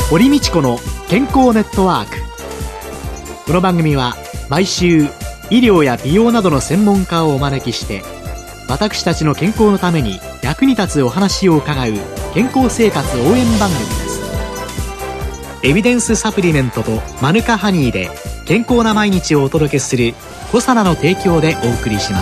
堀道子の健康ネットワーク。この番組は毎週医療や美容などの専門家をお招きして、私たちの健康のために役に立つお話を伺う健康生活応援番組です。エビデンスサプリメントとマヌカハニーで健康な毎日をお届けするコサナの提供でお送りします。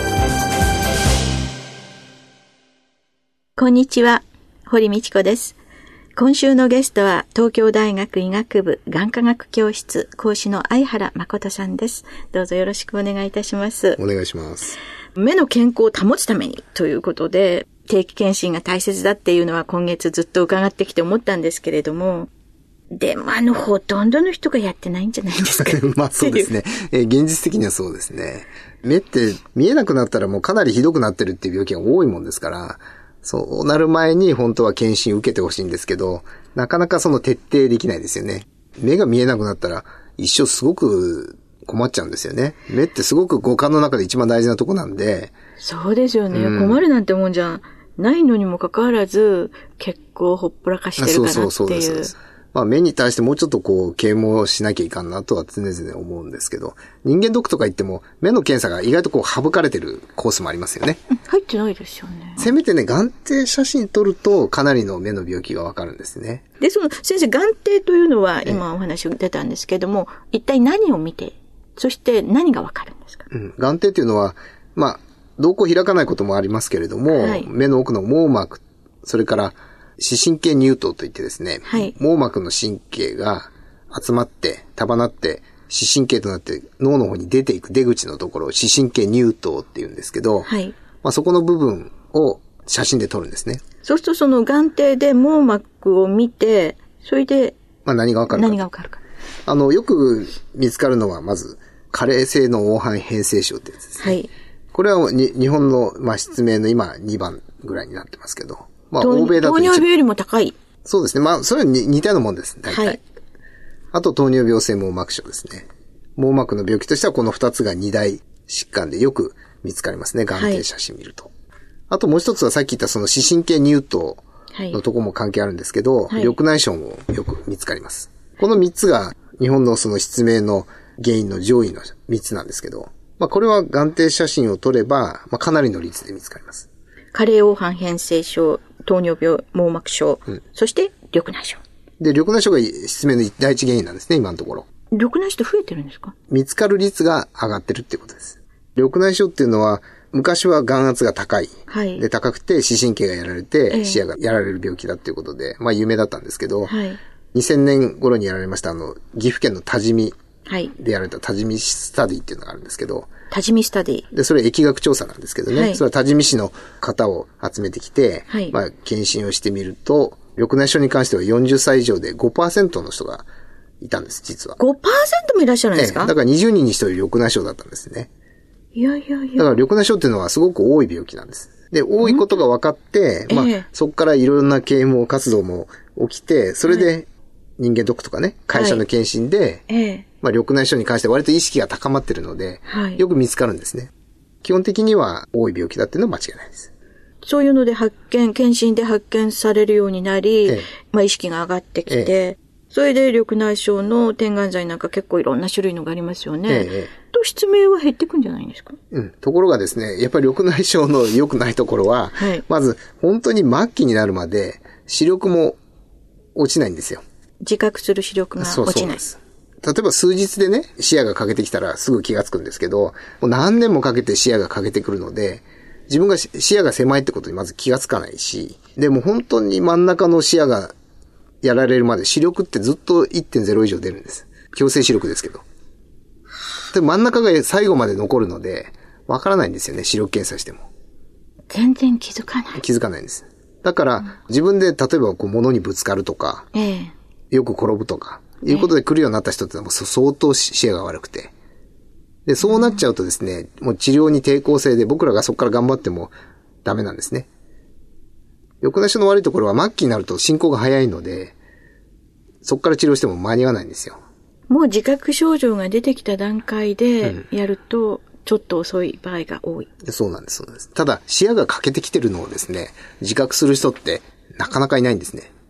こんにちは、堀道子です。今週のゲストは東京大学医学部眼科学教室講師の相原誠さんです。どうぞよろしくお願いいたします。 お願いします。 目の健康を保つためにということで、定期検診が大切だっていうのは今月ずっと伺ってきて思ったんですけれども、でもほとんどの人がやってないんじゃないですか。 まあそうですね。現実的にはそうですね。目って見えなくなったらもうかなりひどくなってるっていう病気が多いもんですから、そうなる前に本当は検診受けてほしいんですけど、なかなかその徹底できないですよね。目が見えなくなったら一生すごく困っちゃうんですよね。目ってすごく五感の中で一番大事なとこなんで。 そうですよね。困るなんてもんじゃないのにもかかわらず、結構ほっぽらかしてるからっていう。 そうです。まあ目に対してもうちょっと啓蒙しなきゃいかんなとは常々思うんですけど、人間ドックとか行っても目の検査が意外と省かれてるコースもありますよね。 入ってないですよね。 せめてね、眼底写真撮るとかなりの目の病気がわかるんですね。 で、先生、眼底というのは今お話出たんですけども、一体何を見て、そして何がわかるんですか？ 眼底というのは、まあ、瞳孔開かないこともありますけれども、目の奥の網膜、それから視神経乳頭といってですね、網膜の神経が集まって束なって視神経となって脳の方に出ていく出口のところを視神経乳頭って言うんですけど、まあ、そこの部分を写真で撮るんですね。 そうするとその眼底で網膜を見て、それでまあ何がわかるか。よく見つかるのはまず加齢性の黄斑変性症ってやつですね。これは日本の失明の今2番ぐらいになってますけど、まあ、欧米だと糖尿病よりも高い。 そうですね。まあ、それは似たようなもんです。大体。あと、糖尿病性網膜症ですね。網膜の病気としては、この2つが2大疾患でよく見つかりますね。眼底写真見ると。あともう一つはさっき言ったその視神経乳頭のとこも関係あるんですけど、緑内障もよく見つかります。この3つが日本のその失明の原因の上位の3つなんですけど、まあ、これは眼底写真を撮れば、まあ、かなりの率で見つかります。 加齢黄斑変性症、糖尿病、網膜症、そして緑内障。 で、緑内障が失明の第一原因なんですね、今のところ。 緑内障増えてるんですか？ 見つかる率が上がってるってことです。緑内障っていうのは、昔は眼圧が高い。で、高くて視神経がやられて、視野がやられる病気だっていうことで、まあ有名だったんですけど、2000年頃にやられました岐阜県の多治見でやられた多治見スタディっていうのがあるんですけど、 多治見スタディ。 で、それ疫学調査なんですけどね。それは多治見市の方を集めてきて、まあ、検診をしてみると、緑内障に関しては40歳以上で 5% の人がいたんです、実は。 5% もいらっしゃるんですか？ だから20人に1人緑内障だったんですね。だから緑内障っていうのはすごく多い病気なんです。で、多いことが分かって、まあ、そこからいろんな啓蒙活動も起きて、それで人間ドックとかね、会社の検診で、まあ、緑内障に関しては割と意識が高まってるので、よく見つかるんですね。基本的には多い病気だっていうのは間違いないです。 そういうので検診で発見されるようになり、まあ、意識が上がってきて、それで緑内障の点眼剤なんか結構いろんな種類のがありますよね。と失明は減ってくんじゃないんですか？ ところがですね、やっぱり緑内障の良くないところは、まず本当に末期になるまで視力も落ちないんですよ。 自覚する視力が落ちない。 例えば数日でね、視野が欠けてきたらすぐ気がつくんですけど、もう何年もかけて視野が欠けてくるので、自分が視野が狭いってことにまず気がつかないし、でも本当に真ん中の視野がやられるまで視力ってずっと 1.0 以上出るんです。強制視力ですけど。で、真ん中が最後まで残るので、わからないんですよね、視力検査しても。 全然気づかない。 気づかないんです。だから、自分で例えば物にぶつかるとか、よく転ぶとか、いうことで来るようになった人ってのは相当視野が悪くて。で、そうなっちゃうとですね、もう治療に抵抗性で僕らがそこから頑張ってもダメなんですね。緑内障の悪いところは末期になると進行が早いので、そこから治療しても間に合わないんですよ。 もう自覚症状が出てきた段階でやると、ちょっと遅い場合が多い。 そうなんです、そうなんです。ただ、視野が欠けてきてるのをですね、自覚する人ってなかなかいないんですね。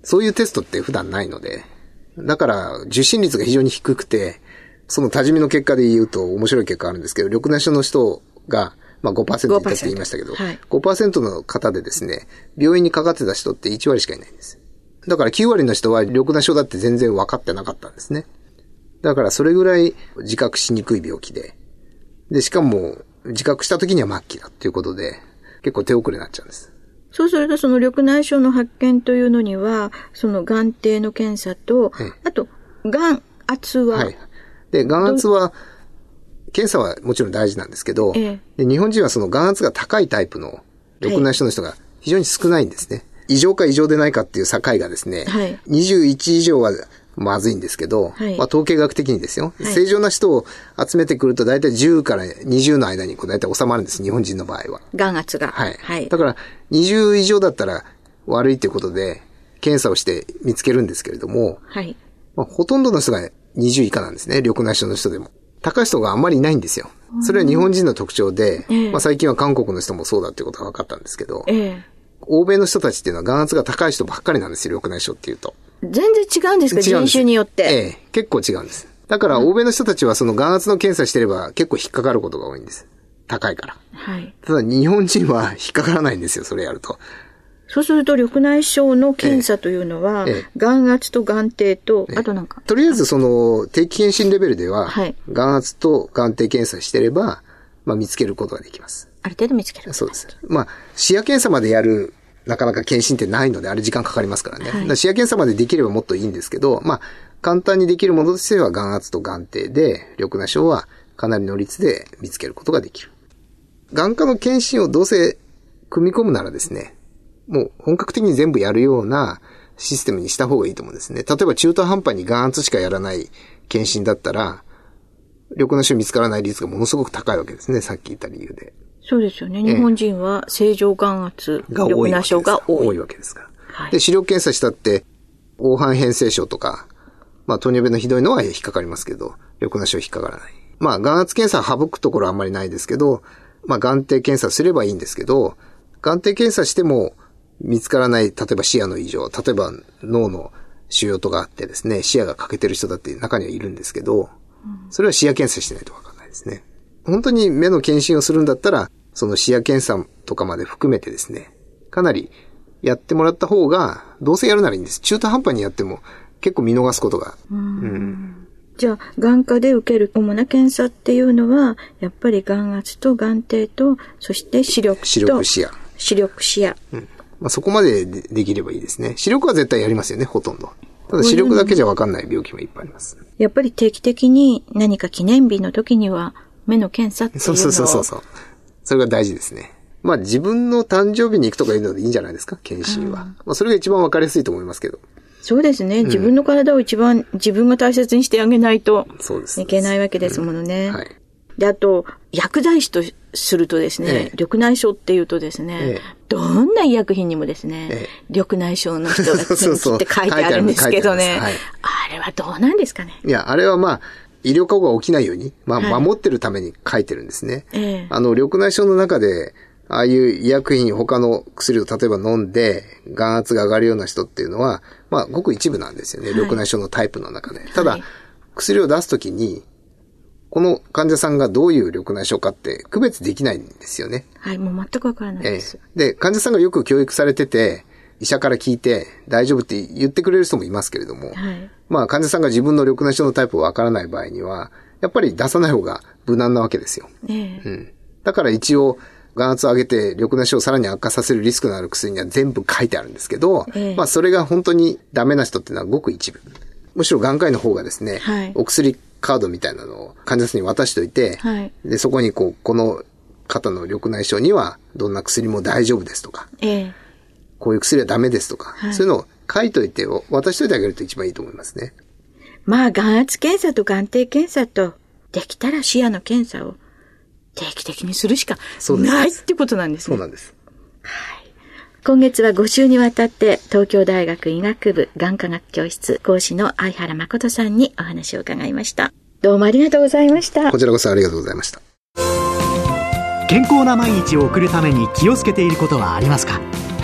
そういうテストって普段ないので、だから受診率が非常に低くて、その多治見の結果で言うと面白い結果あるんですけど、緑内障の人が、5% いたって言いましたけど、はい、5% の方でですね、病院にかかってた人って1割しかいないんです。だから9割の人は緑内障だって全然分かってなかったんですね。だからそれぐらい自覚しにくい病気で、しかも自覚した時には末期だっていうことで、結構手遅れになっちゃうんです。 そうするとその緑内障の発見というのには、その眼底の検査と、あと眼圧は、はい。 で、眼圧は、検査はもちろん大事なんですけど、で日本人はその眼圧が高いタイプの緑内障の人が非常に少ないんですね。異常か異常でないかっていう境がですね、はい、21以上はまずいんですけど、はい、統計学的にですよ、はい、正常な人を集めてくると大体10から20の間に大体収まるんです、日本人の場合は。 眼圧が。 はい。はい、だから20以上だったら悪いということで検査をして見つけるんですけれども、はい、ほとんどの人が20以下なんですね、緑内障の人でも。高い人があんまりいないんですよ。それは日本人の特徴で、最近は韓国の人もそうだっていうことが分かったんですけど、欧米の人たちっていうのは眼圧が高い人ばっかりなんですよ、緑内障っていうと。 全然違うんですか、人種によって。 結構違うんです。だから欧米の人たちはその眼圧の検査してれば結構引っかかることが多いんです。高いから。はい。ただ日本人は引っかからないんですよ、それやると。 そうすると緑内障の検査というのは、眼圧と眼底と、あとなんか。 とりあえずその定期検診レベルでは、眼圧と眼底検査してれば、見つけることができます。 ある程度見つける。 そうです。視野検査までやる、なかなか検診ってないので、あれ時間かかりますからね。はい、視野検査までできればもっといいんですけど、簡単にできるものとしては眼圧と眼底で、緑内障はかなりの率で見つけることができる。眼科の検診をどうせ組み込むならですね、もう本格的に全部やるようなシステムにした方がいいと思うんですね。例えば中途半端に眼圧しかやらない検診だったら、緑内障見つからない率がものすごく高いわけですね。さっき言った理由で。 そうですよね。日本人は正常眼圧、緑内障が多いわけですから。はい、で、視力検査したって、黄斑変性症とか、糖尿病のひどいのは引っかかりますけど、緑内障引っかからない。眼圧検査は省くところはあんまりないですけど、眼底検査すればいいんですけど、眼底検査しても、見つからない、例えば視野の異常、例えば脳の腫瘍とかあってですね、視野が欠けてる人だって中にはいるんですけど、それは視野検査してないとわかんないですね。本当に目の検診をするんだったら、その視野検査とかまで含めてですね、かなりやってもらった方が、どうせやるならいいんです。中途半端にやっても結構見逃すことが。 じゃあ、眼科で受ける主な検査っていうのは、やっぱり眼圧と眼底と、そして視力と視力視野。 視力視野。 そこまで できればいいですね。視力は絶対やりますよね、ほとんど。ただ視力だけじゃわかんない病気もいっぱいあります。 やっぱり定期的に何か記念日の時には目の検査っていうのを。 そう。それが大事ですね。自分の誕生日に行くとかいうのでいいんじゃないですか、検診は。それが一番わかりやすいと思いますけど。 そうですね。自分の体を一番自分が大切にしてあげないといけないわけですものね。はい。で、あと、薬剤師とするとですね、緑内障っていうとですね、どんな医薬品にもですね、緑内障の人がって書いてあるんですけどね、あれはどうなんですかね。 いや、あれは医療過誤が起きないように、守ってるために書いてるんですね。緑内障の中で、ああいう医薬品、他の薬を例えば飲んで、眼圧が上がるような人っていうのは、ごく一部なんですよね、緑内障のタイプの中で。ただ、薬を出すときに、この患者さんがどういう緑内障かって区別できないんですよね。 はい、もう全くわからないです。 で、患者さんがよく教育されてて、医者から聞いて大丈夫って言ってくれる人もいますけれども、患者さんが自分の緑内障のタイプをわからない場合には、やっぱり出さない方が無難なわけですよ。だから一応、眼圧を上げて緑内障をさらに悪化させるリスクのある薬には全部書いてあるんですけど、それが本当にダメな人っていうのはごく一部。むしろ眼科医の方がですね、お薬カードみたいなのを患者さんに渡しといて、で、そこにこの方の緑内障にはどんな薬も大丈夫ですとか、こういう薬はダメですとか、そういうのを書いといて渡しといてあげると一番いいと思いますね。 眼圧検査と眼底検査と、できたら視野の検査を定期的にするしかないってことなんですね。 そうなんです。 今月は5週にわたって東京大学医学部眼科学教室講師の相原誠さんにお話を伺いました。どうもありがとうございました。 こちらこそありがとうございました。 健康な毎日を送るために気をつけていることはありますか？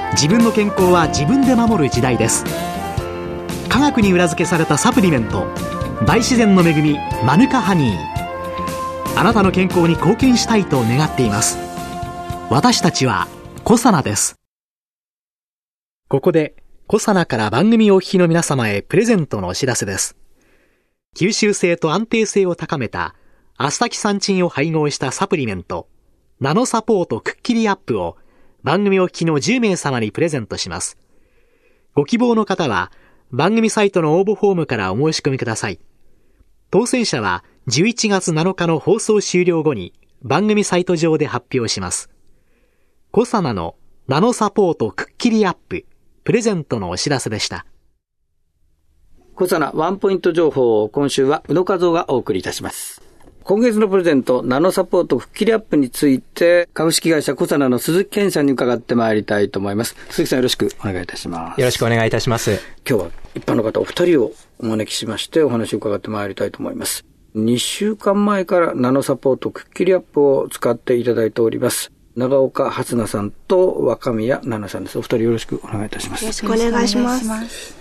自分の健康は自分で守る時代です。科学に裏付けされたサプリメント、大自然の恵みマヌカハニー。あなたの健康に貢献したいと願っています。私たちはコサナです。ここでコサナから番組をお聞きの皆様へプレゼントのお知らせです。吸収性と安定性を高めたアスタキサンチンを配合したサプリメントナノサポートくっきりアップを番組お聞きの10名様にプレゼントします。ご希望の方は番組サイトの応募フォームからお申し込みください。当選者は11月7日の放送終了後に番組サイト上で発表します。コサナのナノサポートくっきりアッププレゼントのお知らせでした。 コサナワンポイント情報を今週は宇野和夫がお送りいたします。今月のプレゼントナノサポートくっきりアップについて株式会社コサナの鈴木健さんに伺ってまいりたいと思います。鈴木さんよろしくお願いいたします。 よろしくお願いいたします。 今日は一般の方お二人をお招きしましてお話を伺ってまいりたいと思います。2週間前からナノサポートくっきりアップを使っていただいております。長岡初菜さんと若宮奈々さんです。お二人よろしくお願いいたします。 よろしくお願いします。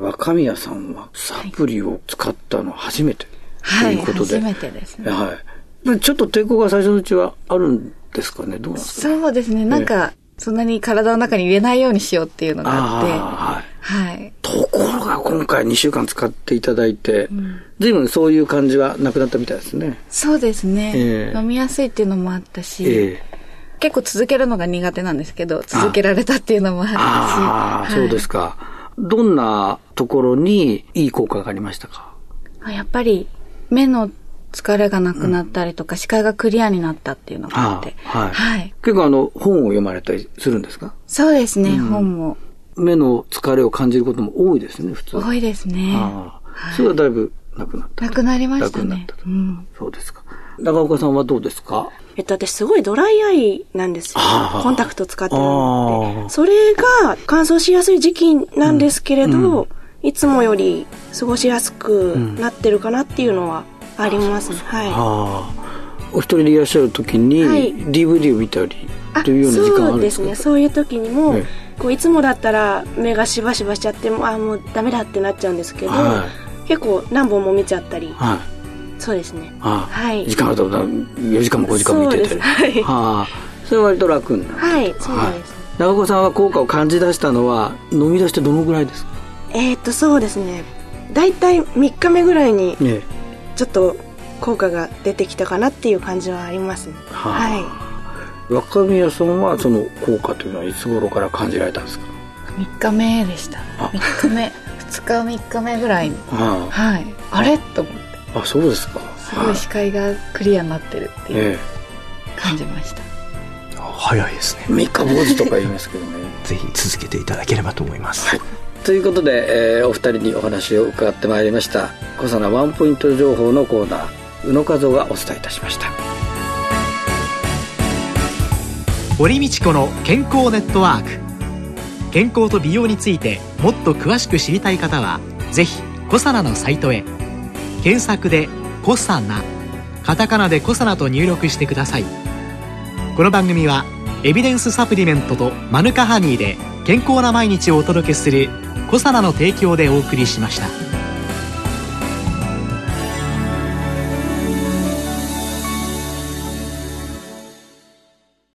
若宮さんはサプリを使ったの初めて、 はい、 ということで、 初めてですね。 はい。ちょっと抵抗が最初のうちはあるんですかね。どうなんですかね。 そうですね。なんか、そんなに体の中に入れないようにしようっていうのがあって。はい。はい。 ところが今回2週間使っていただいて、随分そういう感じはなくなったみたいですね。 そうですね。飲みやすいっていうのもあったし、結構続けるのが苦手なんですけど、続けられたっていうのもあるし。 はい、そうですか。どんなところにいい効果がありましたか？ やっぱり目の疲れがなくなったりとか、視界がクリアになったっていうのがあって。 はい。はい。結構本を読まれたりするんですか？ そうですね、本も。 目の疲れを感じることも多いですね、普通。 多いですね。 それはだいぶなくなった。 なくなりましたね。 なくなった。そうですか。長岡さんはどうですか？ 私すごいドライアイなんですよ。コンタクト使ってるので。それが乾燥しやすい時期なんですけれど、いつもより過ごしやすくなってるかなっていうのはありますね。はい。 お一人でいらっしゃる時に DVD を見たりというような時間あるんですか？ そうですね。そういう時にも、いつもだったら目がしばしばしちゃってもうダメだってなっちゃうんですけど、結構何本も見ちゃったり。そうですね。はい。 時間あると4時間も5時間も見てたり。はい。それは割と楽になる。 はい、そうです。 長岡さんは効果を感じ出したのは飲み出してどのぐらいですか？ そうですね。だいたい3日目ぐらいにちょっと効果が出てきたかなっていう感じはありますね。 はい。若宮さんはその効果というのはいつ頃から感じられたんですか ？3日目でした。3日目、2日3日目ぐらいに。はい。あれと思って。 あ、そうですか。 すごい視界がクリアになってるっていう感じました。 早いですね。 3日坊主とか言いますけどね。 ぜひ続けていただければと思います。 はい。ということで、お二人にお話を伺ってまいりました。コサナワンポイント情報のコーナー、宇野和夫がお伝えいたしました。 堀道子の健康ネットワーク。健康と美容についてもっと詳しく知りたい方はぜひコサナのサイトへ。検索でコサナ、カタカナでコサナと入力してください。この番組はエビデンスサプリメントとマヌカハニーで健康な毎日をお届けするコサナの提供でお送りしました。